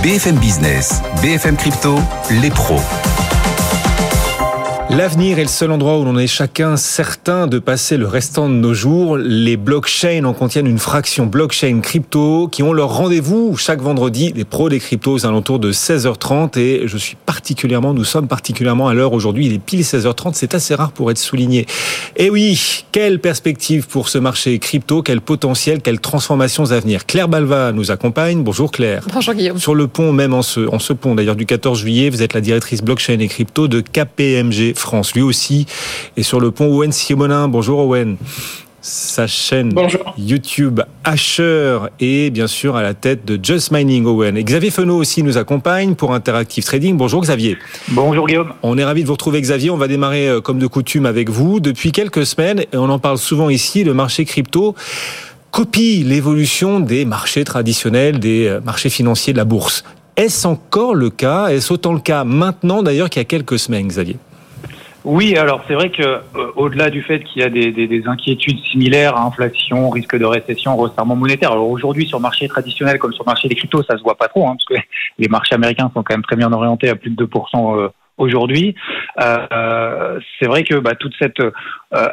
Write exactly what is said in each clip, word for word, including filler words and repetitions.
B F M Business, B F M Crypto, les pros. L'avenir est le seul endroit où l'on est chacun certain de passer le restant de nos jours. Les blockchains en contiennent une fraction, blockchain crypto, qui ont leur rendez-vous chaque vendredi, les pros des cryptos aux alentours de seize heures trente. Et je suis particulièrement, nous sommes particulièrement à l'heure aujourd'hui, il est pile seize heures trente, c'est assez rare pour être souligné. Et oui, quelle perspective pour ce marché crypto, quel potentiel, quelles transformations à venir. Claire Balva nous accompagne. Bonjour Claire. Bonjour Guillaume. Sur le pont, même en ce, en ce pont d'ailleurs du quatorze juillet, vous êtes la directrice blockchain et crypto de K P M G France, lui aussi, et sur le pont Owen Simonin. Bonjour Owen. Sa chaîne Bonjour. YouTube Hasher et bien sûr à la tête de Just Mining Owen. Et Xavier Fenot aussi nous accompagne pour Interactive Trading. Bonjour Xavier. Bonjour Guillaume. On est ravis de vous retrouver Xavier. On va démarrer comme de coutume avec vous. Depuis quelques semaines, et on en parle souvent ici, le marché crypto copie l'évolution des marchés traditionnels, des marchés financiers de la bourse. Est-ce encore le cas ? Est-ce autant le cas maintenant d'ailleurs qu'il y a quelques semaines, Xavier ? Oui, alors c'est vrai que euh, au-delà du fait qu'il y a des, des, des inquiétudes similaires à inflation, risque de récession, resserrement monétaire. Alors aujourd'hui sur le marché traditionnel comme sur le marché des cryptos, ça se voit pas trop, hein, parce que les marchés américains sont quand même très bien orientés à plus de deux pour cent euh, aujourd'hui. Euh, c'est vrai que bah, toute cette euh,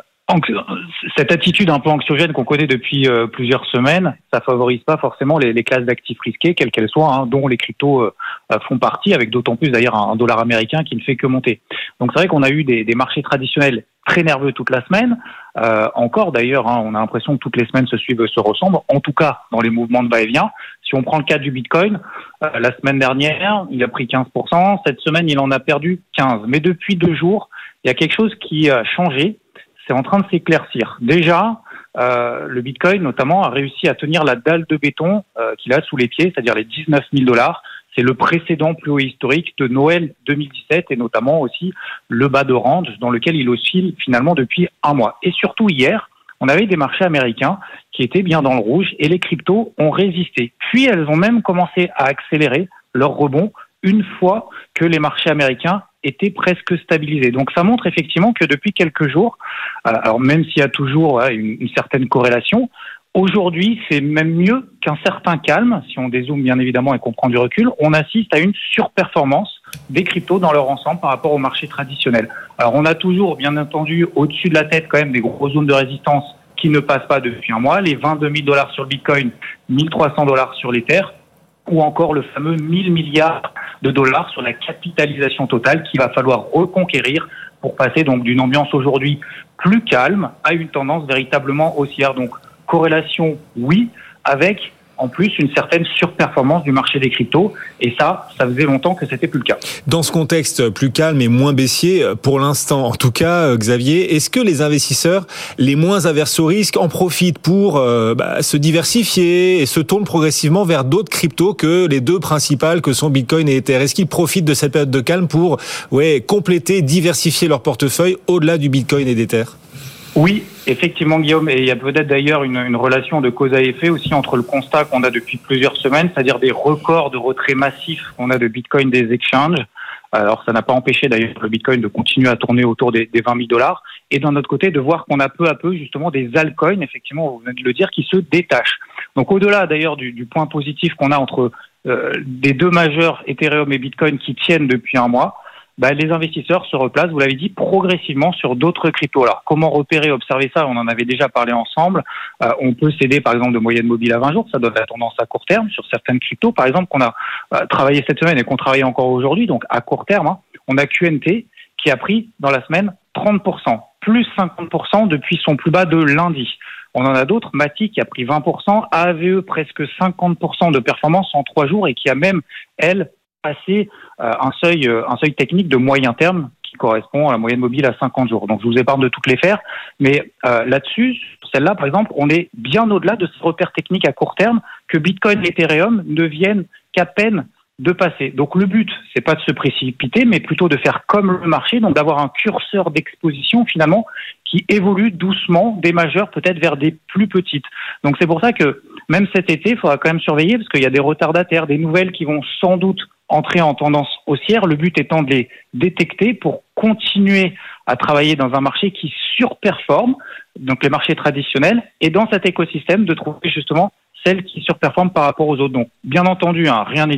Cette attitude un peu anxiogène qu'on connaît depuis euh, plusieurs semaines, ça favorise pas forcément les, les classes d'actifs risqués, quelles qu'elles soient, hein, dont les cryptos euh, font partie, avec d'autant plus d'ailleurs un, un dollar américain qui ne fait que monter. Donc c'est vrai qu'on a eu des, des marchés traditionnels très nerveux toute la semaine. Euh, encore d'ailleurs, hein, on a l'impression que toutes les semaines se suivent, se ressemblent, en tout cas dans les mouvements de va-et-vient. Si on prend le cas du Bitcoin, euh, la semaine dernière, il a pris quinze pour cent, cette semaine il en a perdu quinze pour cent. Mais depuis deux jours, il y a quelque chose qui a changé. C'est en train de s'éclaircir. Déjà, euh, le Bitcoin, notamment, a réussi à tenir la dalle de béton euh, qu'il a sous les pieds, c'est-à-dire les dix-neuf mille dollars. C'est le précédent plus haut historique de Noël deux mille dix-sept et notamment aussi le bas de range dans lequel il oscille finalement depuis un mois. Et surtout hier, on avait des marchés américains qui étaient bien dans le rouge et les cryptos ont résisté. Puis elles ont même commencé à accélérer leur rebond une fois que les marchés américains étaient presque stabilisés. Donc ça montre effectivement que depuis quelques jours, alors même s'il y a toujours ouais, une, une certaine corrélation, aujourd'hui c'est même mieux qu'un certain calme, si on dézoome bien évidemment et qu'on prend du recul, on assiste à une surperformance des cryptos dans leur ensemble par rapport au marché traditionnel. Alors on a toujours bien entendu au-dessus de la tête quand même des grosses zones de résistance qui ne passent pas depuis un mois, les vingt-deux mille dollars sur le Bitcoin, mille trois cents dollars sur l'Ether, ou encore le fameux mille milliards de dollars sur la capitalisation totale qu'il va falloir reconquérir pour passer donc d'une ambiance aujourd'hui plus calme à une tendance véritablement haussière. Donc corrélation, oui, avec en plus une certaine surperformance du marché des cryptos. Et ça, ça faisait longtemps que c'était plus le cas. Dans ce contexte plus calme et moins baissier, pour l'instant, en tout cas, Xavier, est-ce que les investisseurs les moins averses au risque en profitent pour euh, bah, se diversifier et se tournent progressivement vers d'autres cryptos que les deux principales que sont Bitcoin et Ether? Est-ce qu'ils profitent de cette période de calme pour ouais, compléter, diversifier leur portefeuille au-delà du Bitcoin et d'Ether? Oui, effectivement Guillaume, et il y a peut-être d'ailleurs une, une relation de cause à effet aussi entre le constat qu'on a depuis plusieurs semaines, c'est-à-dire des records de retrait massifs qu'on a de Bitcoin des exchanges. Alors ça n'a pas empêché d'ailleurs le Bitcoin de continuer à tourner autour des, des vingt mille dollars, et d'un autre côté de voir qu'on a peu à peu justement des altcoins, effectivement vous venez de le dire, qui se détachent. Donc au-delà d'ailleurs du, du point positif qu'on a entre euh, des deux majeurs Ethereum et Bitcoin qui tiennent depuis un mois, bah, les investisseurs se replacent, vous l'avez dit, progressivement sur d'autres cryptos. Alors, comment repérer, observer ça? On en avait déjà parlé ensemble. Euh, on peut céder, par exemple, de moyenne mobile à vingt jours. Ça donne la tendance à court terme sur certaines cryptos. Par exemple, qu'on a euh, travaillé cette semaine et qu'on travaille encore aujourd'hui. Donc, à court terme, hein, on a Q N T qui a pris, dans la semaine, trente pour cent, plus cinquante pour cent depuis son plus bas de lundi. On en a d'autres, Matic qui a pris vingt pour cent, A V E presque cinquante pour cent de performance en trois jours et qui a même, elle, passé euh, un seuil euh, un seuil technique de moyen terme qui correspond à la moyenne mobile à cinquante jours. Donc je vous épargne de toutes les faire, mais euh, là-dessus, celle-là par exemple, on est bien au-delà de ce repère technique à court terme que Bitcoin et Ethereum ne viennent qu'à peine de passer. Donc le but, c'est pas de se précipiter, mais plutôt de faire comme le marché, donc d'avoir un curseur d'exposition finalement qui évolue doucement des majeures peut-être vers des plus petites. Donc c'est pour ça que même cet été, il faudra quand même surveiller parce qu'il y a des retardataires, des nouvelles qui vont sans doute entrer en tendance haussière, le but étant de les détecter pour continuer à travailler dans un marché qui surperforme, donc les marchés traditionnels, et dans cet écosystème de trouver justement celles qui surperforment par rapport aux autres. Donc, bien entendu, hein, rien n'est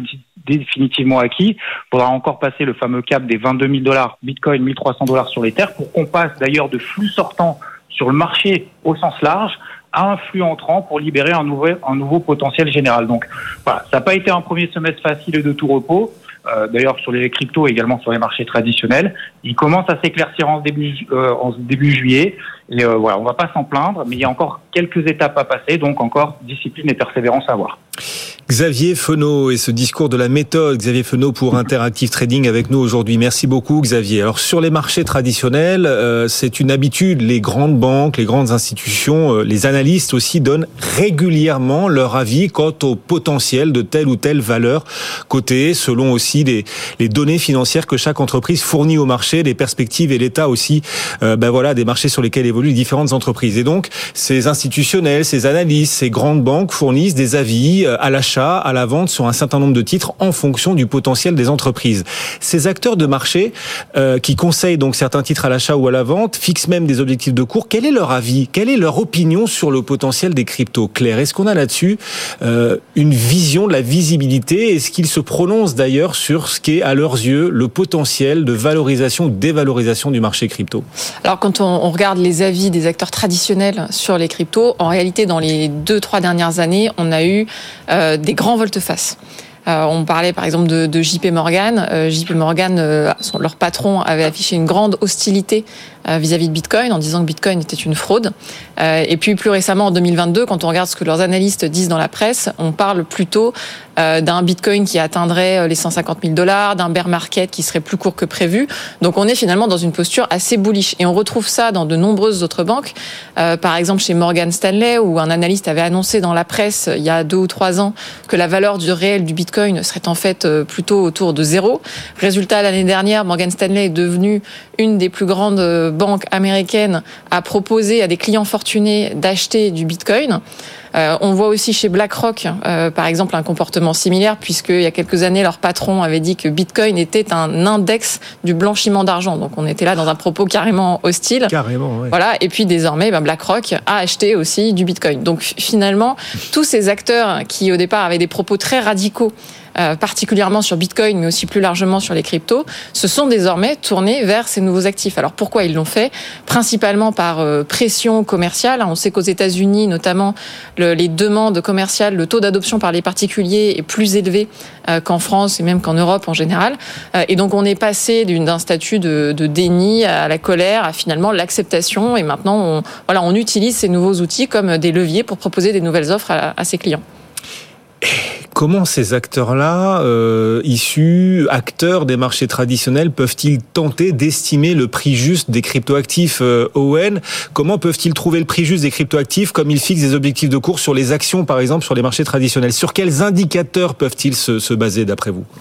définitivement acquis. Il faudra encore passer le fameux cap des vingt-deux mille dollars Bitcoin, mille trois cents dollars sur les terres pour qu'on passe d'ailleurs de flux sortants sur le marché au sens large à un flux entrant pour libérer un nouveau, un nouveau potentiel général. Donc voilà, ça n'a pas été un premier semestre facile et de tout repos. Euh, d'ailleurs sur les cryptos et également sur les marchés traditionnels. Il commence à s'éclaircir en début, euh, en début juillet. Et euh, voilà, on ne va pas s'en plaindre, mais il y a encore quelques étapes à passer, donc encore discipline et persévérance à avoir. Xavier Fenot et ce discours de la méthode, Xavier Fenot pour Interactive Trading avec nous aujourd'hui. Merci beaucoup Xavier. Alors sur les marchés traditionnels, euh, c'est une habitude, les grandes banques, les grandes institutions, euh, les analystes aussi donnent régulièrement leur avis quant au potentiel de telle ou telle valeur cotée, selon aussi les, les données financières que chaque entreprise fournit au marché, les perspectives et l'état aussi euh, ben voilà, des marchés sur lesquels évoluent les différentes entreprises. Et donc ces institutionnels, ces analystes, ces grandes banques fournissent des avis à l'achat, à la vente sur un certain nombre de titres en fonction du potentiel des entreprises. Ces acteurs de marché euh, qui conseillent donc certains titres à l'achat ou à la vente fixent même des objectifs de cours. Quel est leur avis? Quelle est leur opinion sur le potentiel des cryptos? Claire, est-ce qu'on a là-dessus euh, une vision de la visibilité? Est-ce qu'ils se prononcent d'ailleurs sur ce qui est à leurs yeux le potentiel de valorisation ou dévalorisation du marché crypto? Alors quand on, on regarde les avis des acteurs traditionnels sur les cryptos, en réalité dans les deux, trois dernières années, on a eu euh, des grands volte-face. Euh, on parlait par exemple de, de J P Morgan. Euh, J P Morgan, euh, son, leur patron avait affiché une grande hostilité euh, vis-à-vis de Bitcoin en disant que Bitcoin était une fraude. Euh, et puis plus récemment en deux mille vingt-deux, quand on regarde ce que leurs analystes disent dans la presse, on parle plutôt euh, d'un Bitcoin qui atteindrait les cent cinquante mille dollars, d'un bear market qui serait plus court que prévu. Donc on est finalement dans une posture assez bullish. Et on retrouve ça dans de nombreuses autres banques. Euh, par exemple chez Morgan Stanley, où un analyste avait annoncé dans la presse il y a deux ou trois ans que la valeur du réel du Bitcoin serait en fait plutôt autour de zéro. Résultat, l'année dernière, Morgan Stanley est devenue une des plus grandes banques américaines à proposer à des clients fortunés d'acheter du Bitcoin. Euh, on voit aussi chez BlackRock, euh, par exemple, un comportement similaire, puisqu'il y a quelques années, leur patron avait dit que Bitcoin était un index du blanchiment d'argent. Donc, on était là dans un propos carrément hostile. Carrément, ouais. Voilà. Et puis, désormais, ben, BlackRock a acheté aussi du Bitcoin. Donc, finalement, tous ces acteurs qui, au départ, avaient des propos très radicaux, Euh, particulièrement sur Bitcoin, mais aussi plus largement sur les cryptos, se sont désormais tournés vers ces nouveaux actifs. Alors pourquoi ils l'ont fait? Principalement par euh, pression commerciale. On sait qu'aux États-Unis, notamment, le, les demandes commerciales, le taux d'adoption par les particuliers est plus élevé euh, qu'en France et même qu'en Europe en général. Euh, et donc on est passé d'une, d'un statut de, de déni à la colère, à finalement l'acceptation. Et maintenant, on, voilà, on utilise ces nouveaux outils comme des leviers pour proposer des nouvelles offres à, à ses clients. Comment ces acteurs-là, euh, issus, acteurs des marchés traditionnels, peuvent-ils tenter d'estimer le prix juste des cryptoactifs euh, Owen? Comment peuvent-ils trouver le prix juste des cryptoactifs comme ils fixent des objectifs de cours sur les actions, par exemple, sur les marchés traditionnels? Sur quels indicateurs peuvent-ils se, se baser, d'après vous?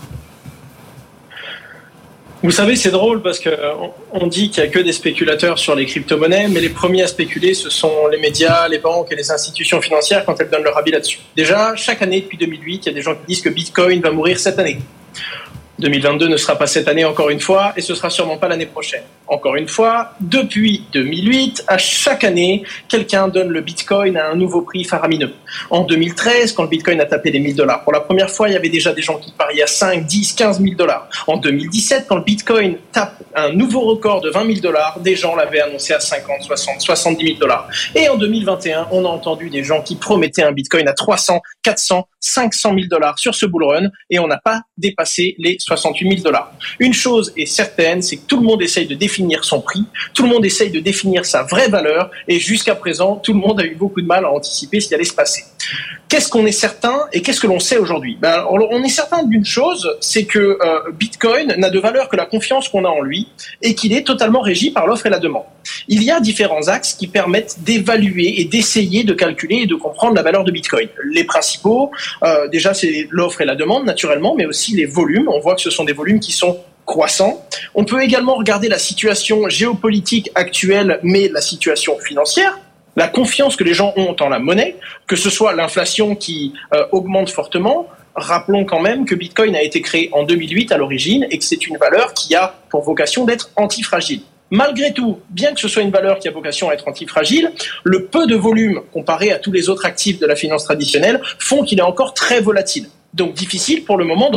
Vous savez, c'est drôle parce que on dit qu'il n'y a que des spéculateurs sur les crypto-monnaies, mais les premiers à spéculer, ce sont les médias, les banques et les institutions financières quand elles donnent leur avis là-dessus. Déjà, chaque année, depuis deux mille huit, il y a des gens qui disent que Bitcoin va mourir cette année. deux mille vingt-deux ne sera pas cette année encore une fois, et ce sera sûrement pas l'année prochaine. Encore une fois, depuis deux mille huit, à chaque année, quelqu'un donne le Bitcoin à un nouveau prix faramineux. En deux mille treize, quand le Bitcoin a tapé les mille dollars, pour la première fois, il y avait déjà des gens qui pariaient à cinq, dix, quinze mille dollars. En deux mille dix-sept, quand le Bitcoin tape un nouveau record de vingt mille dollars, des gens l'avaient annoncé à cinquante, soixante, soixante-dix mille dollars. Et en deux mille vingt et un, on a entendu des gens qui promettaient un Bitcoin à trois cents, quatre cents, cinq cent mille dollars sur ce bull run, et on n'a pas dépassé les soixante-huit mille dollars. Une chose est certaine, c'est que tout le monde essaye de définir son prix, tout le monde essaye de définir sa vraie valeur, et jusqu'à présent, tout le monde a eu beaucoup de mal à anticiper ce qui allait se passer. Qu'est-ce qu'on est certain et qu'est-ce que l'on sait aujourd'hui? Ben, alors, on est certain d'une chose, c'est que euh, Bitcoin n'a de valeur que la confiance qu'on a en lui et qu'il est totalement régi par l'offre et la demande. Il y a différents axes qui permettent d'évaluer et d'essayer de calculer et de comprendre la valeur de Bitcoin. Les principaux, euh, déjà c'est l'offre et la demande naturellement, mais aussi les volumes. On voit que ce sont des volumes qui sont croissants. On peut également regarder la situation géopolitique actuelle, mais la situation financière, la confiance que les gens ont en la monnaie, que ce soit l'inflation qui euh, augmente fortement. Rappelons quand même que Bitcoin a été créé en deux mille huit à l'origine et que c'est une valeur qui a pour vocation d'être antifragile. Malgré tout, bien que ce soit une valeur qui a vocation à être antifragile, le peu de volume comparé à tous les autres actifs de la finance traditionnelle font qu'il est encore très volatile. Donc difficile pour le moment de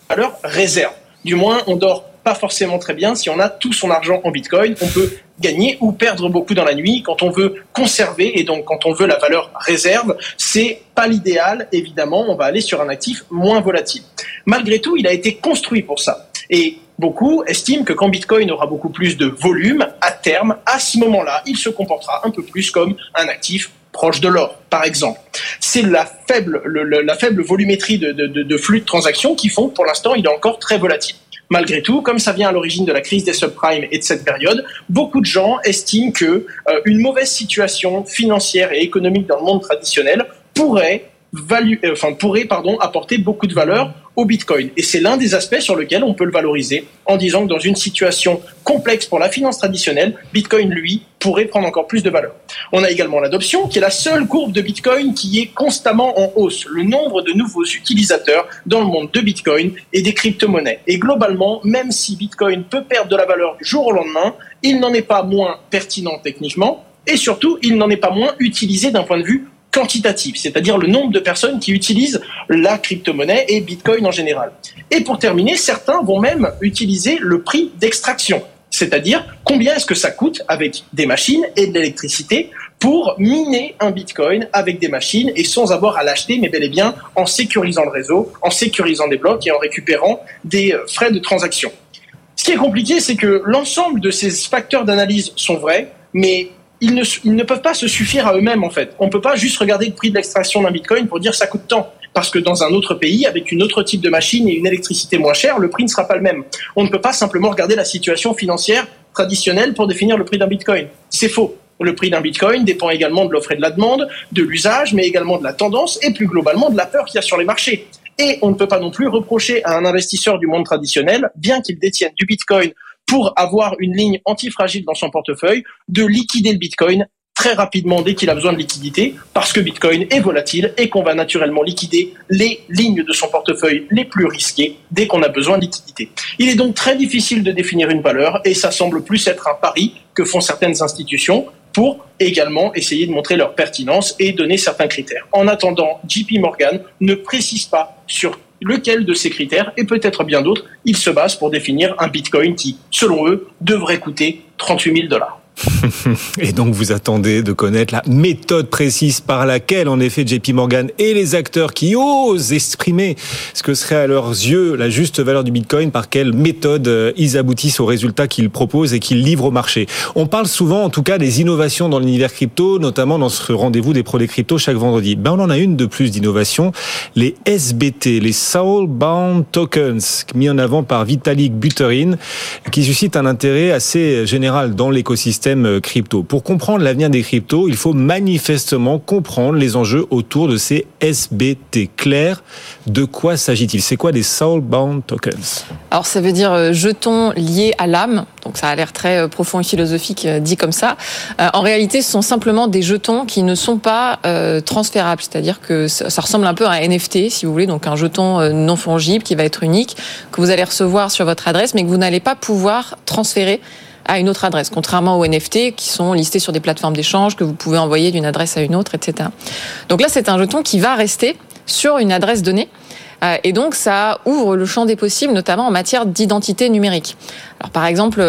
valeur réserve. Du moins, on dort pas forcément très bien si on a tout son argent en Bitcoin. On peut gagner ou perdre beaucoup dans la nuit. Quand on veut conserver et donc quand on veut la valeur réserve, c'est pas l'idéal. Évidemment, on va aller sur un actif moins volatile. Malgré tout, il a été construit pour ça. Et beaucoup estiment que quand Bitcoin aura beaucoup plus de volume, à terme, à ce moment-là, il se comportera un peu plus comme un actif proche de l'or, par exemple. C'est la faible, le, le, la faible volumétrie de, de, de flux de transactions qui font que pour l'instant, il est encore très volatile. Malgré tout, comme ça vient à l'origine de la crise des subprimes et de cette période, beaucoup de gens estiment que euh, une mauvaise situation financière et économique dans le monde traditionnel pourrait, valu- euh, enfin, pourrait pardon, apporter beaucoup de valeur au Bitcoin. Et c'est l'un des aspects sur lesquels on peut le valoriser en disant que dans une situation complexe pour la finance traditionnelle, Bitcoin, lui, pourrait prendre encore plus de valeur. On a également l'adoption, qui est la seule courbe de Bitcoin qui est constamment en hausse. Le nombre de nouveaux utilisateurs dans le monde de Bitcoin et des crypto-monnaies. Et globalement, même si Bitcoin peut perdre de la valeur du jour au lendemain, il n'en est pas moins pertinent techniquement et surtout, il n'en est pas moins utilisé d'un point de vue quantitatif, c'est-à-dire le nombre de personnes qui utilisent la crypto-monnaie et Bitcoin en général. Et pour terminer, certains vont même utiliser le prix d'extraction, c'est-à-dire combien est-ce que ça coûte avec des machines et de l'électricité pour miner un Bitcoin avec des machines et sans avoir à l'acheter, mais bel et bien en sécurisant le réseau, en sécurisant des blocs et en récupérant des frais de transaction. Ce qui est compliqué, c'est que l'ensemble de ces facteurs d'analyse sont vrais, mais Ils ne, ils ne peuvent pas se suffire à eux-mêmes, en fait. On ne peut pas juste regarder le prix de l'extraction d'un Bitcoin pour dire ça coûte tant. Parce que dans un autre pays, avec une autre type de machine et une électricité moins chère, le prix ne sera pas le même. On ne peut pas simplement regarder la situation financière traditionnelle pour définir le prix d'un Bitcoin. C'est faux. Le prix d'un Bitcoin dépend également de l'offre et de la demande, de l'usage, mais également de la tendance et plus globalement de la peur qu'il y a sur les marchés. Et on ne peut pas non plus reprocher à un investisseur du monde traditionnel, bien qu'il détienne du Bitcoin, pour avoir une ligne antifragile dans son portefeuille, de liquider le Bitcoin très rapidement dès qu'il a besoin de liquidité, parce que Bitcoin est volatile et qu'on va naturellement liquider les lignes de son portefeuille les plus risquées dès qu'on a besoin de liquidité. Il est donc très difficile de définir une valeur et ça semble plus être un pari que font certaines institutions pour également essayer de montrer leur pertinence et donner certains critères. En attendant, J P Morgan ne précise pas sur lequel de ces critères, et peut-être bien d'autres, ils se basent pour définir un Bitcoin qui, selon eux, devrait coûter trente-huit mille dollars. Et donc vous attendez de connaître la méthode précise par laquelle en effet J P Morgan et les acteurs qui osent exprimer ce que serait à leurs yeux la juste valeur du Bitcoin, par quelle méthode ils aboutissent aux résultats qu'ils proposent et qu'ils livrent au marché. On parle souvent en tout cas des innovations dans l'univers crypto, notamment dans ce rendez-vous des pros des cryptos chaque vendredi. Ben on en a une de plus d'innovation, les S B T, les Soulbound Tokens, mis en avant par Vitalik Buterin, qui suscite un intérêt assez général dans l'écosystème crypto. Pour comprendre l'avenir des cryptos, il faut manifestement comprendre les enjeux autour de ces S B T. Claire, de quoi s'agit-il ? C'est quoi des Soulbound Tokens ? Alors ça veut dire euh, jetons liés à l'âme, donc ça a l'air très euh, profond et philosophique euh, dit comme ça. Euh, en réalité, ce sont simplement des jetons qui ne sont pas euh, transférables, c'est-à-dire que ça, ça ressemble un peu à un N F T, si vous voulez, donc un jeton euh, non fongible qui va être unique, que vous allez recevoir sur votre adresse, mais que vous n'allez pas pouvoir transférer à une autre adresse, contrairement aux N F T qui sont listés sur des plateformes d'échange que vous pouvez envoyer d'une adresse à une autre, et cetera. Donc là, c'est un jeton qui va rester sur une adresse donnée. Et donc, ça ouvre le champ des possibles, notamment en matière d'identité numérique. Alors, par exemple,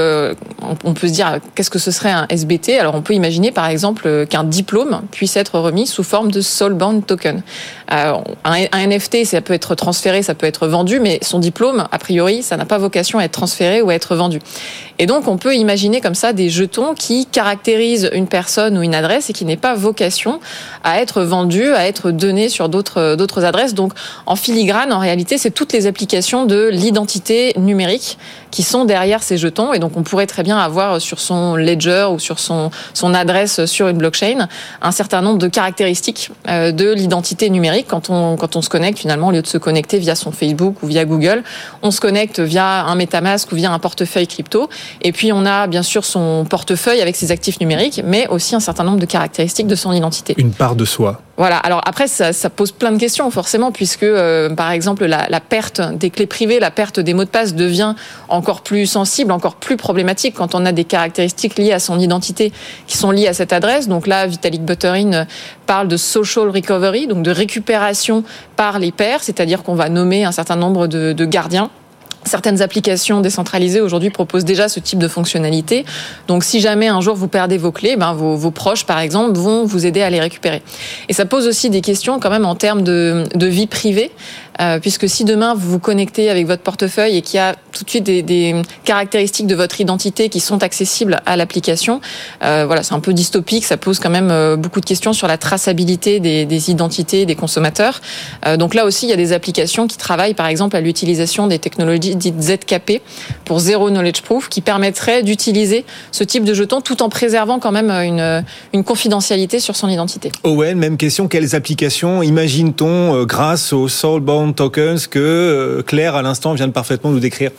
on peut se dire, qu'est-ce que ce serait un S B T ? Alors, on peut imaginer, par exemple, qu'un diplôme puisse être remis sous forme de Soulbound Token. Euh, un N F T, ça peut être transféré, ça peut être vendu, mais son diplôme, a priori, ça n'a pas vocation à être transféré ou à être vendu. Et donc, on peut imaginer comme ça des jetons qui caractérisent une personne ou une adresse et qui n'aient pas vocation à être vendus, à être donnés sur d'autres, d'autres adresses. Donc, en filigrane, en réalité, c'est toutes les applications de l'identité numérique qui sont derrière ces jetons. Et donc, on pourrait très bien avoir sur son ledger ou sur son, son adresse sur une blockchain un certain nombre de caractéristiques euh, de l'identité numérique. Quand on, quand on se connecte, finalement, au lieu de se connecter via son Facebook ou via Google, on se connecte via un MetaMask ou via un portefeuille crypto. Et puis, on a bien sûr son portefeuille avec ses actifs numériques, mais aussi un certain nombre de caractéristiques de son identité. Une part de soi. Voilà. Alors après, ça, ça pose plein de questions forcément, puisque euh, par exemple la, la perte des clés privées, la perte des mots de passe devient encore plus sensible, encore plus problématique quand on a des caractéristiques liées à son identité qui sont liées à cette adresse. Donc là, Vitalik Buterin parle de social recovery, donc de récupération par les pairs, c'est-à-dire qu'on va nommer un certain nombre de, de gardiens. Certaines applications décentralisées aujourd'hui proposent déjà ce type de fonctionnalité. Donc, si jamais un jour vous perdez vos clés, ben vos, vos proches, par exemple, vont vous aider à les récupérer. Et ça pose aussi des questions quand même en termes de, de vie privée. Euh, puisque si demain vous vous connectez avec votre portefeuille et qu'il y a tout de suite des, des caractéristiques de votre identité qui sont accessibles à l'application, euh, voilà, c'est un peu dystopique, ça pose quand même euh, beaucoup de questions sur la traçabilité des, des identités des consommateurs. Euh, donc là aussi, il y a des applications qui travaillent par exemple à l'utilisation des technologies dites Z K P pour Zero Knowledge Proof, qui permettraient d'utiliser ce type de jetons tout en préservant quand même une, une confidentialité sur son identité. Owen, même question, quelles applications imagine-t-on euh, grâce aux Soulbound tokens que Claire à l'instant vient de parfaitement nous décrire?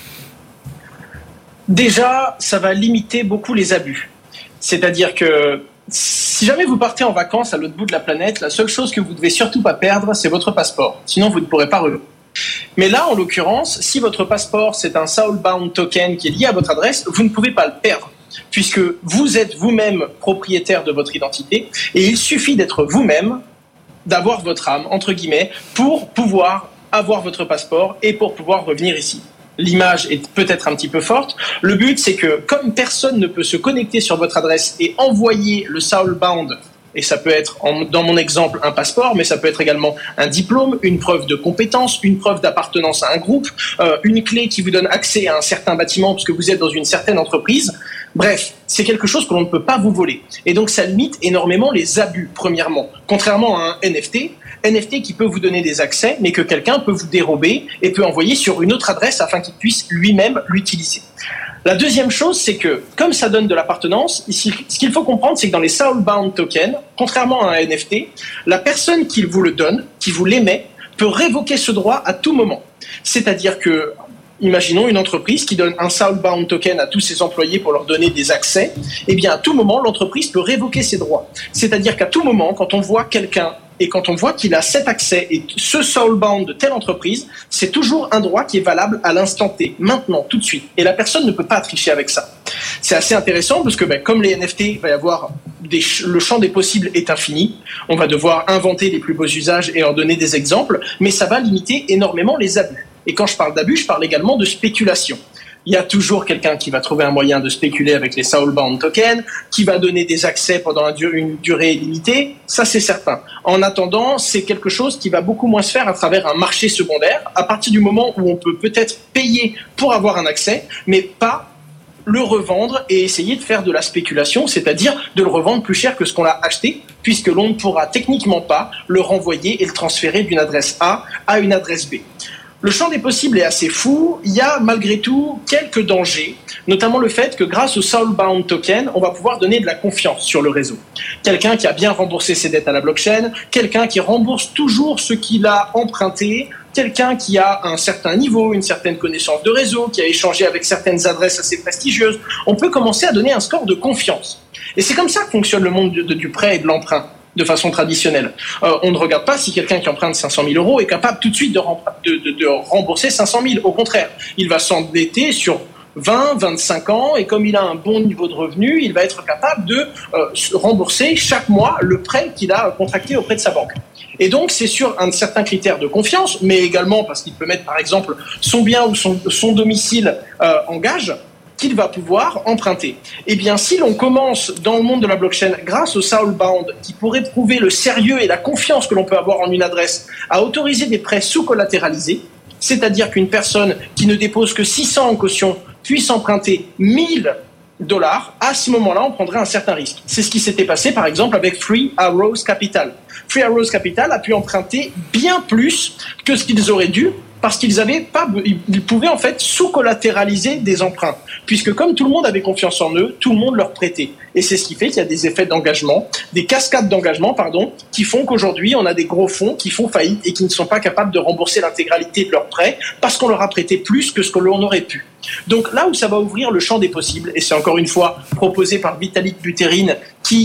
Déjà, ça va limiter beaucoup les abus. C'est-à-dire que si jamais vous partez en vacances à l'autre bout de la planète, la seule chose que vous devez surtout pas perdre, c'est votre passeport. Sinon, vous ne pourrez pas revenir. Mais là, en l'occurrence, si votre passeport, c'est un Soulbound token qui est lié à votre adresse, vous ne pouvez pas le perdre, puisque vous êtes vous-même propriétaire de votre identité, et il suffit d'être vous-même, d'avoir votre âme, entre guillemets, pour pouvoir avoir votre passeport et pour pouvoir revenir ici. L'image est peut-être un petit peu forte. Le but, c'est que comme personne ne peut se connecter sur votre adresse et envoyer le Soulbound, et ça peut être, dans mon exemple, un passeport, mais ça peut être également un diplôme, une preuve de compétence, une preuve d'appartenance à un groupe, euh, une clé qui vous donne accès à un certain bâtiment parce que vous êtes dans une certaine entreprise. Bref, c'est quelque chose que l'on ne peut pas vous voler. Et donc, ça limite énormément les abus, premièrement. Contrairement à un N F T, N F T qui peut vous donner des accès, mais que quelqu'un peut vous dérober et peut envoyer sur une autre adresse afin qu'il puisse lui-même l'utiliser. La deuxième chose, c'est que, comme ça donne de l'appartenance, ici, ce qu'il faut comprendre, c'est que dans les Soulbound tokens, contrairement à un N F T, la personne qui vous le donne, qui vous l'émet, peut révoquer ce droit à tout moment. C'est-à-dire que, imaginons une entreprise qui donne un Soulbound token à tous ses employés pour leur donner des accès, eh bien, à tout moment, l'entreprise peut révoquer ses droits. C'est-à-dire qu'à tout moment, quand on voit quelqu'un et quand on voit qu'il a cet accès et ce Soulbound de telle entreprise, c'est toujours un droit qui est valable à l'instant T, maintenant, tout de suite. Et la personne ne peut pas tricher avec ça. C'est assez intéressant parce que, ben, comme les N F T, il va y avoir des, le champ des possibles est infini. On va devoir inventer les plus beaux usages et en donner des exemples, mais ça va limiter énormément les abus. Et quand je parle d'abus, je parle également de spéculation. Il y a toujours quelqu'un qui va trouver un moyen de spéculer avec les Soulbound tokens, qui va donner des accès pendant une durée limitée, ça c'est certain. En attendant, c'est quelque chose qui va beaucoup moins se faire à travers un marché secondaire, à partir du moment où on peut peut-être payer pour avoir un accès, mais pas le revendre et essayer de faire de la spéculation, c'est-à-dire de le revendre plus cher que ce qu'on l'a acheté, puisque l'on ne pourra techniquement pas le renvoyer et le transférer d'une adresse A à une adresse B. Le champ des possibles est assez fou. Il y a malgré tout quelques dangers, notamment le fait que grâce au Soulbound token, on va pouvoir donner de la confiance sur le réseau. Quelqu'un qui a bien remboursé ses dettes à la blockchain, quelqu'un qui rembourse toujours ce qu'il a emprunté, quelqu'un qui a un certain niveau, une certaine connaissance de réseau, qui a échangé avec certaines adresses assez prestigieuses. On peut commencer à donner un score de confiance. Et c'est comme ça que fonctionne le monde du, du prêt et de l'emprunt. De façon traditionnelle. Euh, on ne regarde pas si quelqu'un qui emprunte cinq cent mille euros est capable tout de suite de, de, de, de rembourser cinq cent mille. Au contraire, il va s'endetter sur vingt, vingt-cinq ans et comme il a un bon niveau de revenu, il va être capable de euh, rembourser chaque mois le prêt qu'il a contracté auprès de sa banque. Et donc, c'est sur un certain critère de confiance, mais également parce qu'il peut mettre, par exemple, son bien ou son, son domicile euh, en gage, qu'il va pouvoir emprunter. Eh bien, si l'on commence dans le monde de la blockchain, grâce au Soulbound, qui pourrait prouver le sérieux et la confiance que l'on peut avoir en une adresse, à autoriser des prêts sous-collatéralisés, c'est-à-dire qu'une personne qui ne dépose que six cents en caution puisse emprunter mille dollars, à ce moment-là, on prendrait un certain risque. C'est ce qui s'était passé, par exemple, avec Three Arrows Capital. Three Arrows Capital a pu emprunter bien plus que ce qu'ils auraient dû, parce qu'ils avaient pas, ils pouvaient en fait sous-collatéraliser des emprunts, puisque comme tout le monde avait confiance en eux, tout le monde leur prêtait. Et c'est ce qui fait qu'il y a des effets d'engagement, des cascades d'engagement, pardon, qui font qu'aujourd'hui on a des gros fonds qui font faillite et qui ne sont pas capables de rembourser l'intégralité de leurs prêts parce qu'on leur a prêté plus que ce que l'on aurait pu. Donc là où ça va ouvrir le champ des possibles, et c'est encore une fois proposé par Vitalik Buterin, qui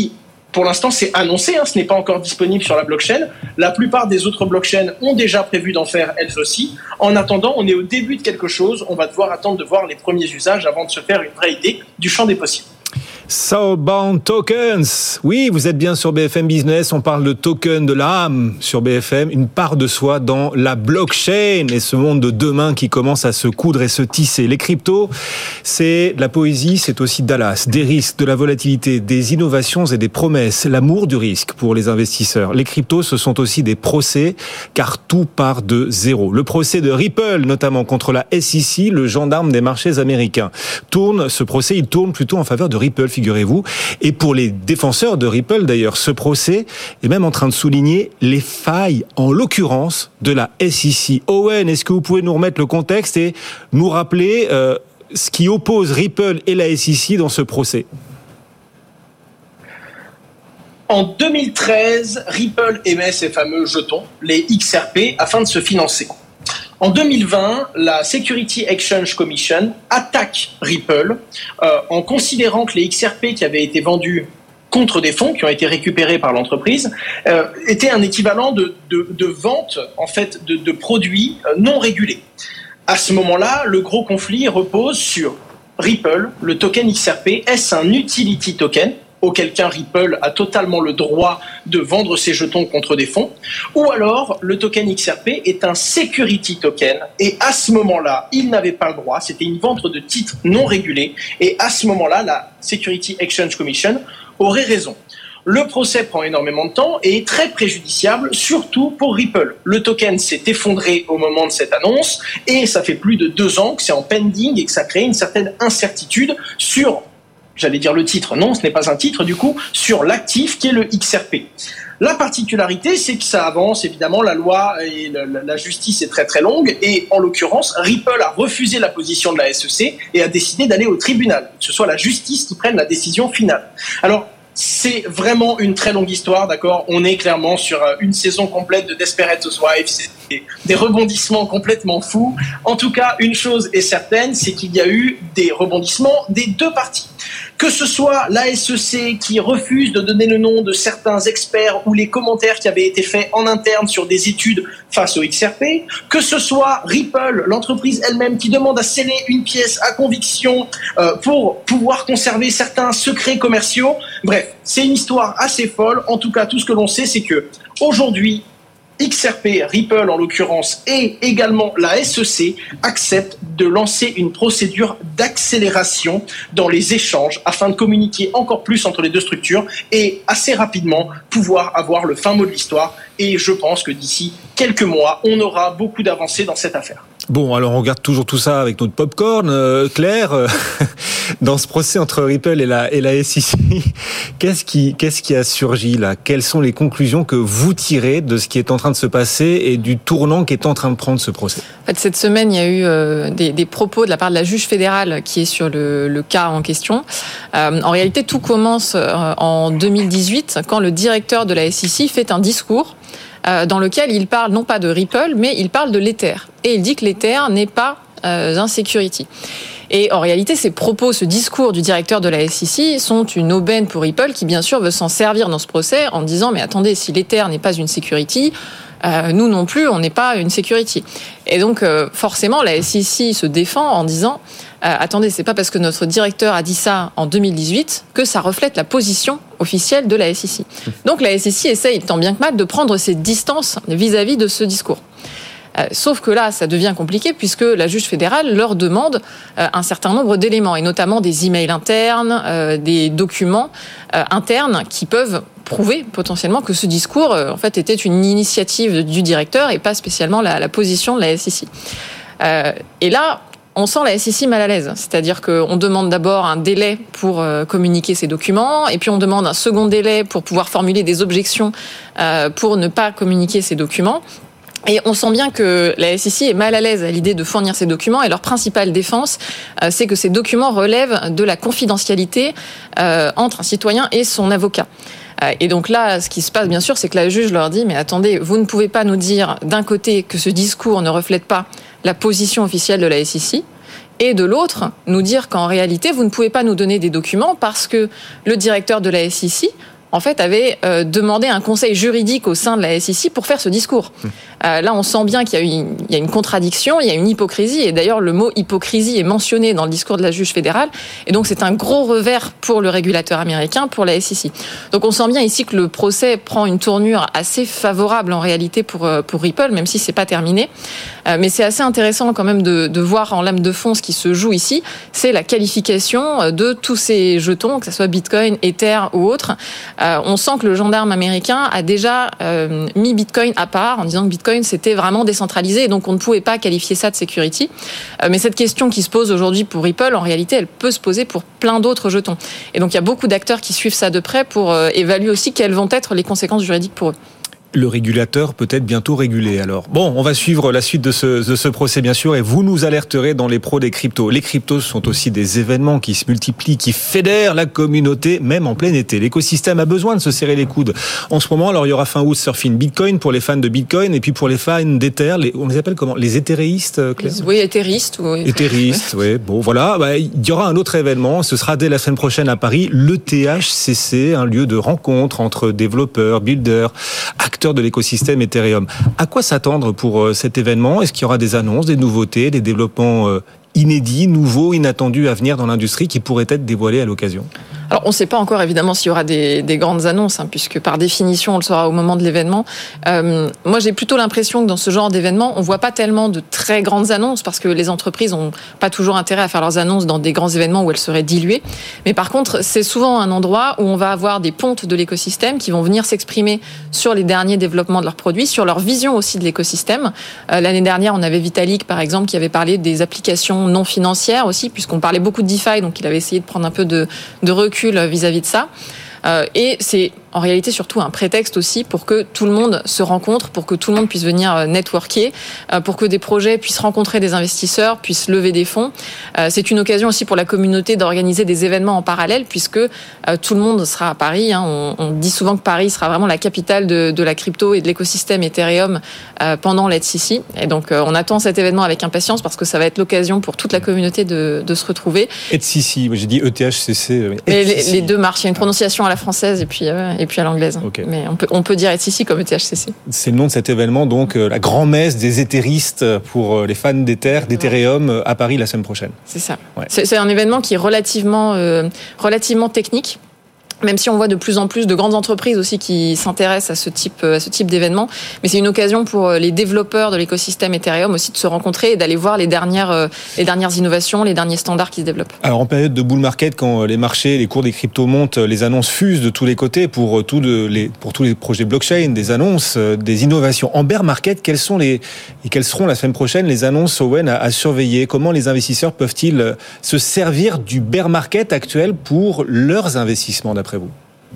Pour l'instant, c'est annoncé, hein, ce n'est pas encore disponible sur la blockchain. La plupart des autres blockchains ont déjà prévu d'en faire elles aussi. En attendant, on est au début de quelque chose. On va devoir attendre de voir les premiers usages avant de se faire une vraie idée du champ des possibles. Southbound Tokens. Oui, vous êtes bien sur B F M Business. On parle de token de l'âme sur B F M. Une part de soi dans la blockchain et ce monde de demain qui commence à se coudre et se tisser. Les cryptos, c'est de la poésie, c'est aussi Dallas. Des risques, de la volatilité, des innovations et des promesses. L'amour du risque pour les investisseurs. Les cryptos, ce sont aussi des procès, car tout part de zéro. Le procès de Ripple, notamment contre la S E C, le gendarme des marchés américains. Tourne, ce procès, il tourne plutôt en faveur de Ripple, figurez-vous. Et pour les défenseurs de Ripple, d'ailleurs, ce procès est même en train de souligner les failles, en l'occurrence, de la S E C. Owen, est-ce que vous pouvez nous remettre le contexte et nous rappeler euh, ce qui oppose Ripple et la S E C dans ce procès ? En deux mille treize, Ripple émet ses fameux jetons, les X R P, afin de se financer. En deux mille vingt, la Security Exchange Commission attaque Ripple euh, en considérant que les X R P qui avaient été vendus contre des fonds qui ont été récupérés par l'entreprise euh, étaient un équivalent de, de, de vente en fait de, de produits non régulés. À ce moment-là, le gros conflit repose sur Ripple, le token X R P. Est-ce un utility token ? Auquel cas Ripple a totalement le droit de vendre ses jetons contre des fonds, ou alors le token X R P est un security token, et à ce moment-là, il n'avait pas le droit, c'était une vente de titres non régulés, et à ce moment-là, la Security Exchange Commission aurait raison. Le procès prend énormément de temps et est très préjudiciable, surtout pour Ripple. Le token s'est effondré au moment de cette annonce, et ça fait plus de deux ans que c'est en pending et que ça crée une certaine incertitude sur j'allais dire le titre, non, ce n'est pas un titre du coup, sur l'actif qui est le X R P. La particularité, c'est que ça avance, évidemment, la loi et la justice est très très longue, et en l'occurrence, Ripple a refusé la position de la S E C et a décidé d'aller au tribunal, que ce soit la justice qui prenne la décision finale. Alors, c'est vraiment une très longue histoire, d'accord ? On est clairement sur une saison complète de Desperate Housewives, c'est des rebondissements complètement fous. En tout cas, une chose est certaine, c'est qu'il y a eu des rebondissements des deux parties. Que ce soit la S E C qui refuse de donner le nom de certains experts ou les commentaires qui avaient été faits en interne sur des études face au X R P, que ce soit Ripple, l'entreprise elle-même, qui demande à sceller une pièce à conviction euh, pour pouvoir conserver certains secrets commerciaux. Bref, c'est une histoire assez folle. En tout cas, tout ce que l'on sait, c'est que aujourd'hui, X R P, Ripple en l'occurrence, et également la S E C acceptent de lancer une procédure d'accélération dans les échanges afin de communiquer encore plus entre les deux structures et assez rapidement pouvoir avoir le fin mot de l'histoire. Et je pense que d'ici quelques mois, on aura beaucoup d'avancées dans cette affaire. Bon, alors on regarde toujours tout ça avec notre popcorn. Euh, Claire, euh, dans ce procès entre Ripple et la, et la S E C, qu'est-ce qui, qu'est-ce qui a surgi là ? Quelles sont les conclusions que vous tirez de ce qui est en train de se passer et du tournant qu'est en train de prendre ce procès ? En fait, cette semaine, il y a eu euh, des, des propos de la part de la juge fédérale qui est sur le, le cas en question. Euh, en réalité, tout commence euh, en deux mille dix-huit quand le directeur de la S E C fait un discours dans lequel il parle non pas de Ripple, mais il parle de l'Ether. Et il dit que l'Ether n'est pas euh, un security. Et en réalité, ces propos, ce discours du directeur de la S E C sont une aubaine pour Ripple qui, bien sûr, veut s'en servir dans ce procès en disant « Mais attendez, si l'Ether n'est pas une security, euh, nous non plus, on n'est pas une security. » Et donc, euh, forcément, la S E C se défend en disant euh, « Attendez, c'est pas parce que notre directeur a dit ça en deux mille dix-huit que ça reflète la position officielle de la S E C. » Donc, la S E C essaye, tant bien que mal, de prendre ses distances vis-à-vis de ce discours. Euh, sauf que là, ça devient compliqué puisque la juge fédérale leur demande euh, un certain nombre d'éléments, et notamment des emails internes, euh, des documents euh, internes qui peuvent prouver potentiellement que ce discours, euh, en fait, était une initiative du directeur et pas spécialement la, la position de la S E C. Euh, et là, on sent la S E C mal à l'aise. C'est-à-dire qu'on demande d'abord un délai pour euh, communiquer ces documents, et puis on demande un second délai pour pouvoir formuler des objections euh, pour ne pas communiquer ces documents. Et on sent bien que la S E C est mal à l'aise à l'idée de fournir ces documents, et leur principale défense, euh, c'est que ces documents relèvent de la confidentialité euh, entre un citoyen et son avocat. Euh, et donc là, ce qui se passe, bien sûr, c'est que la juge leur dit « Mais attendez, vous ne pouvez pas nous dire d'un côté que ce discours ne reflète pas la position officielle de la S E C, et de l'autre, nous dire qu'en réalité, vous ne pouvez pas nous donner des documents parce que le directeur de la S E C en fait, avait euh, demandé un conseil juridique au sein de la S E C pour faire ce discours. Mmh. Euh, là, on sent bien qu'il y a, une, il y a une contradiction, il y a une hypocrisie, et d'ailleurs, le mot hypocrisie est mentionné dans le discours de la juge fédérale, et donc c'est un gros revers pour le régulateur américain, pour la S E C. Donc on sent bien ici que le procès prend une tournure assez favorable en réalité pour, pour Ripple, même si c'est pas terminé. Euh, mais c'est assez intéressant quand même de, de voir en lame de fond ce qui se joue ici, c'est la qualification de tous ces jetons, que ce soit Bitcoin, Ether ou autres. Euh, on sent que le gendarme américain a déjà euh, mis Bitcoin à part en disant que Bitcoin c'était vraiment décentralisé et donc on ne pouvait pas qualifier ça de security. Euh, mais cette question qui se pose aujourd'hui pour Ripple, en réalité, elle peut se poser pour plein d'autres jetons. Et donc il y a beaucoup d'acteurs qui suivent ça de près pour euh, évaluer aussi quelles vont être les conséquences juridiques pour eux. Le régulateur peut être bientôt régulé alors. Bon, on va suivre la suite de ce, de ce procès bien sûr et vous nous alerterez dans les pros des cryptos. Les cryptos sont aussi des événements qui se multiplient, qui fédèrent la communauté même en plein été. L'écosystème a besoin de se serrer les coudes. En ce moment, alors il y aura fin août Surfing Bitcoin pour les fans de Bitcoin et puis pour les fans d'Ether, les, on les appelle comment ? Les éthéréistes, Claire ? Oui, éthéristes. Oui. Éthéristes, oui. Bon, voilà. Bah, il y aura un autre événement. Ce sera dès la semaine prochaine à Paris, l'E T H C C, un lieu de rencontre entre développeurs, builders, acteurs de l'écosystème Ethereum. À quoi s'attendre pour cet événement ? Est-ce qu'il y aura des annonces, des nouveautés, des développements inédits, nouveaux, inattendus à venir dans l'industrie qui pourraient être dévoilés à l'occasion ? Alors, on ne sait pas encore, évidemment, s'il y aura des, des grandes annonces, hein, puisque par définition, on le saura au moment de l'événement. Euh, moi, j'ai plutôt l'impression que dans ce genre d'événement, on ne voit pas tellement de très grandes annonces, parce que les entreprises n'ont pas toujours intérêt à faire leurs annonces dans des grands événements où elles seraient diluées. Mais par contre, c'est souvent un endroit où on va avoir des pontes de l'écosystème qui vont venir s'exprimer sur les derniers développements de leurs produits, sur leur vision aussi de l'écosystème. Euh, l'année dernière, on avait Vitalik, par exemple, qui avait parlé des applications non financières aussi, puisqu'on parlait beaucoup de DeFi, donc il avait essayé de prendre un peu de, de recul vis-à-vis de ça. Euh, et c'est en réalité surtout un prétexte aussi pour que tout le monde se rencontre, pour que tout le monde puisse venir networker, euh, pour que des projets puissent rencontrer des investisseurs, puissent lever des fonds. Euh, c'est une occasion aussi pour la communauté d'organiser des événements en parallèle, puisque euh, tout le monde sera à Paris. Hein. On, on dit souvent que Paris sera vraiment la capitale de, de la crypto et de l'écosystème Ethereum euh, pendant l'E T H C C. Et donc euh, on attend cet événement avec impatience parce que ça va être l'occasion pour toute la communauté de, de se retrouver. E T H C C, j'ai dit E T H C C. Mais les, les deux marches, il y a une prononciation à la française et puis euh, et puis à l'anglaise. Okay. Mais on peut on peut dire E T H C C comme E T H C C. C'est le nom de cet événement, donc euh, la grand-messe des éthéristes pour euh, les fans d'Ether, d'Ethereum euh, à Paris la semaine prochaine. C'est ça. Ouais. C'est, c'est un événement qui est relativement euh, relativement technique. Même si on voit de plus en plus de grandes entreprises aussi qui s'intéressent à ce type à ce type d'événement, mais c'est une occasion pour les développeurs de l'écosystème Ethereum aussi de se rencontrer et d'aller voir les dernières les dernières innovations, les derniers standards qui se développent. Alors en période de bull market, quand les marchés, les cours des cryptos montent, les annonces fusent de tous les côtés pour tous les pour tous les projets blockchain, des annonces, des innovations. En bear market, quelles sont les et quelles seront la semaine prochaine les annonces Owen à, à surveiller ? Comment les investisseurs peuvent-ils se servir du bear market actuel pour leurs investissements d'après vous ?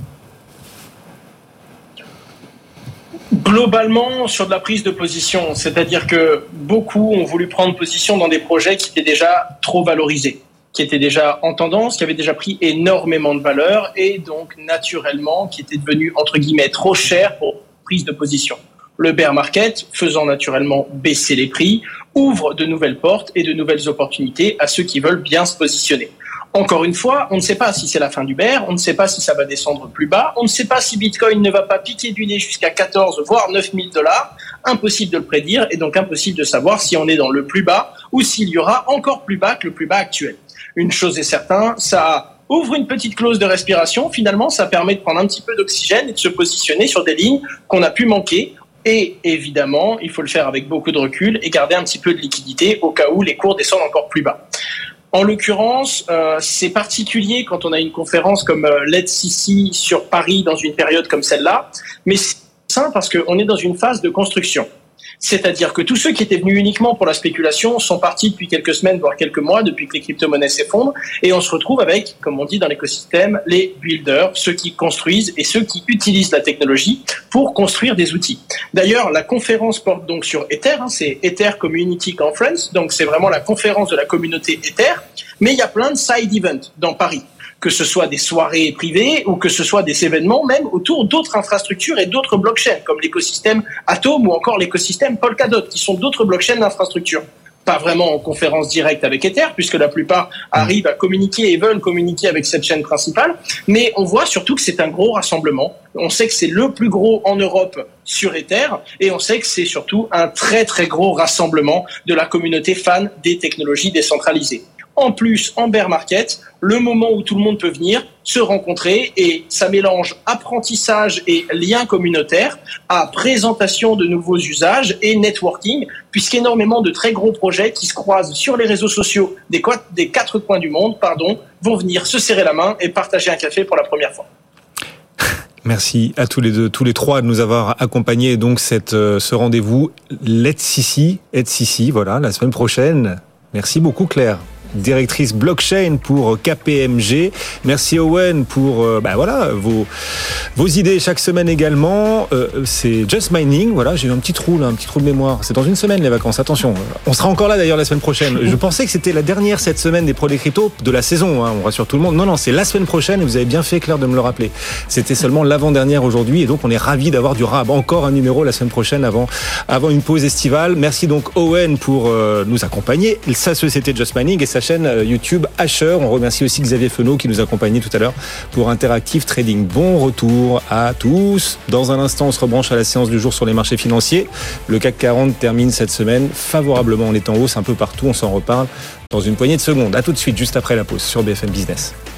Globalement, sur de la prise de position, c'est-à-dire que beaucoup ont voulu prendre position dans des projets qui étaient déjà trop valorisés, qui étaient déjà en tendance, qui avaient déjà pris énormément de valeur et donc naturellement qui étaient devenus entre guillemets trop chers pour prise de position. Le bear market, faisant naturellement baisser les prix, ouvre de nouvelles portes et de nouvelles opportunités à ceux qui veulent bien se positionner. Encore une fois, on ne sait pas si c'est la fin du bear, on ne sait pas si ça va descendre plus bas, on ne sait pas si Bitcoin ne va pas piquer du nez jusqu'à quatorze voire neuf mille dollars. Impossible de le prédire et donc impossible de savoir si on est dans le plus bas ou s'il y aura encore plus bas que le plus bas actuel. Une chose est certaine, ça ouvre une petite clause de respiration. Finalement, ça permet de prendre un petit peu d'oxygène et de se positionner sur des lignes qu'on a pu manquer. Et évidemment, il faut le faire avec beaucoup de recul et garder un petit peu de liquidité au cas où les cours descendent encore plus bas. En l'occurrence, euh, c'est particulier quand on a une conférence comme euh, l'E T H C C sur Paris dans une période comme celle-là, mais c'est simple parce qu'on est dans une phase de construction. C'est-à-dire que tous ceux qui étaient venus uniquement pour la spéculation sont partis depuis quelques semaines, voire quelques mois, depuis que les crypto-monnaies s'effondrent, et on se retrouve avec, comme on dit dans l'écosystème, les builders, ceux qui construisent et ceux qui utilisent la technologie pour construire des outils. D'ailleurs, la conférence porte donc sur Ether, hein, c'est Ether Community Conference, donc c'est vraiment la conférence de la communauté Ether, mais il y a plein de side events dans Paris, que ce soit des soirées privées ou que ce soit des événements même autour d'autres infrastructures et d'autres blockchains, comme l'écosystème Atom ou encore l'écosystème Polkadot, qui sont d'autres blockchains d'infrastructures. pas vraiment en conférence directe avec Ether, puisque la plupart arrivent à communiquer et veulent communiquer avec cette chaîne principale. Mais on voit surtout que c'est un gros rassemblement. On sait que c'est le plus gros en Europe sur Ether, et on sait que c'est surtout un très très gros rassemblement de la communauté fan des technologies décentralisées. En plus, en bear market, le moment où tout le monde peut venir, se rencontrer, et ça mélange apprentissage et lien communautaire à présentation de nouveaux usages et networking, puisqu'énormément de très gros projets qui se croisent sur les réseaux sociaux des, co- des quatre coins du monde, pardon, vont venir se serrer la main et partager un café pour la première fois. Merci à tous les deux, tous les trois de nous avoir accompagnés donc cette, euh, ce rendez-vous Let's C C, Let's C C, voilà, la semaine prochaine. Merci beaucoup Claire, directrice blockchain pour K P M G. Merci Owen pour euh, bah voilà vos vos idées chaque semaine également. Euh, c'est Just Mining. Voilà, j'ai eu un petit trou là, un petit trou de mémoire. C'est dans une semaine les vacances. Attention, on sera encore là d'ailleurs la semaine prochaine. Je pensais que c'était la dernière cette semaine des pros des cryptos de la saison. Hein, on rassure tout le monde. Non non, c'est la semaine prochaine. Et vous avez bien fait Claire de me le rappeler. C'était seulement l'avant-dernière aujourd'hui et donc on est ravis d'avoir du rab encore un numéro la semaine prochaine avant avant une pause estivale. Merci donc Owen pour euh, nous accompagner. Sa société Just Mining et sa chaîne YouTube Asher. On remercie aussi Xavier Fenot qui nous accompagnait tout à l'heure pour Interactive Trading. Bon retour à tous. Dans un instant, on se rebranche à la séance du jour sur les marchés financiers. Le C A C quarante termine cette semaine favorablement. On est en hausse un peu partout. On s'en reparle dans une poignée de secondes. À tout de suite, juste après la pause sur B F M Business.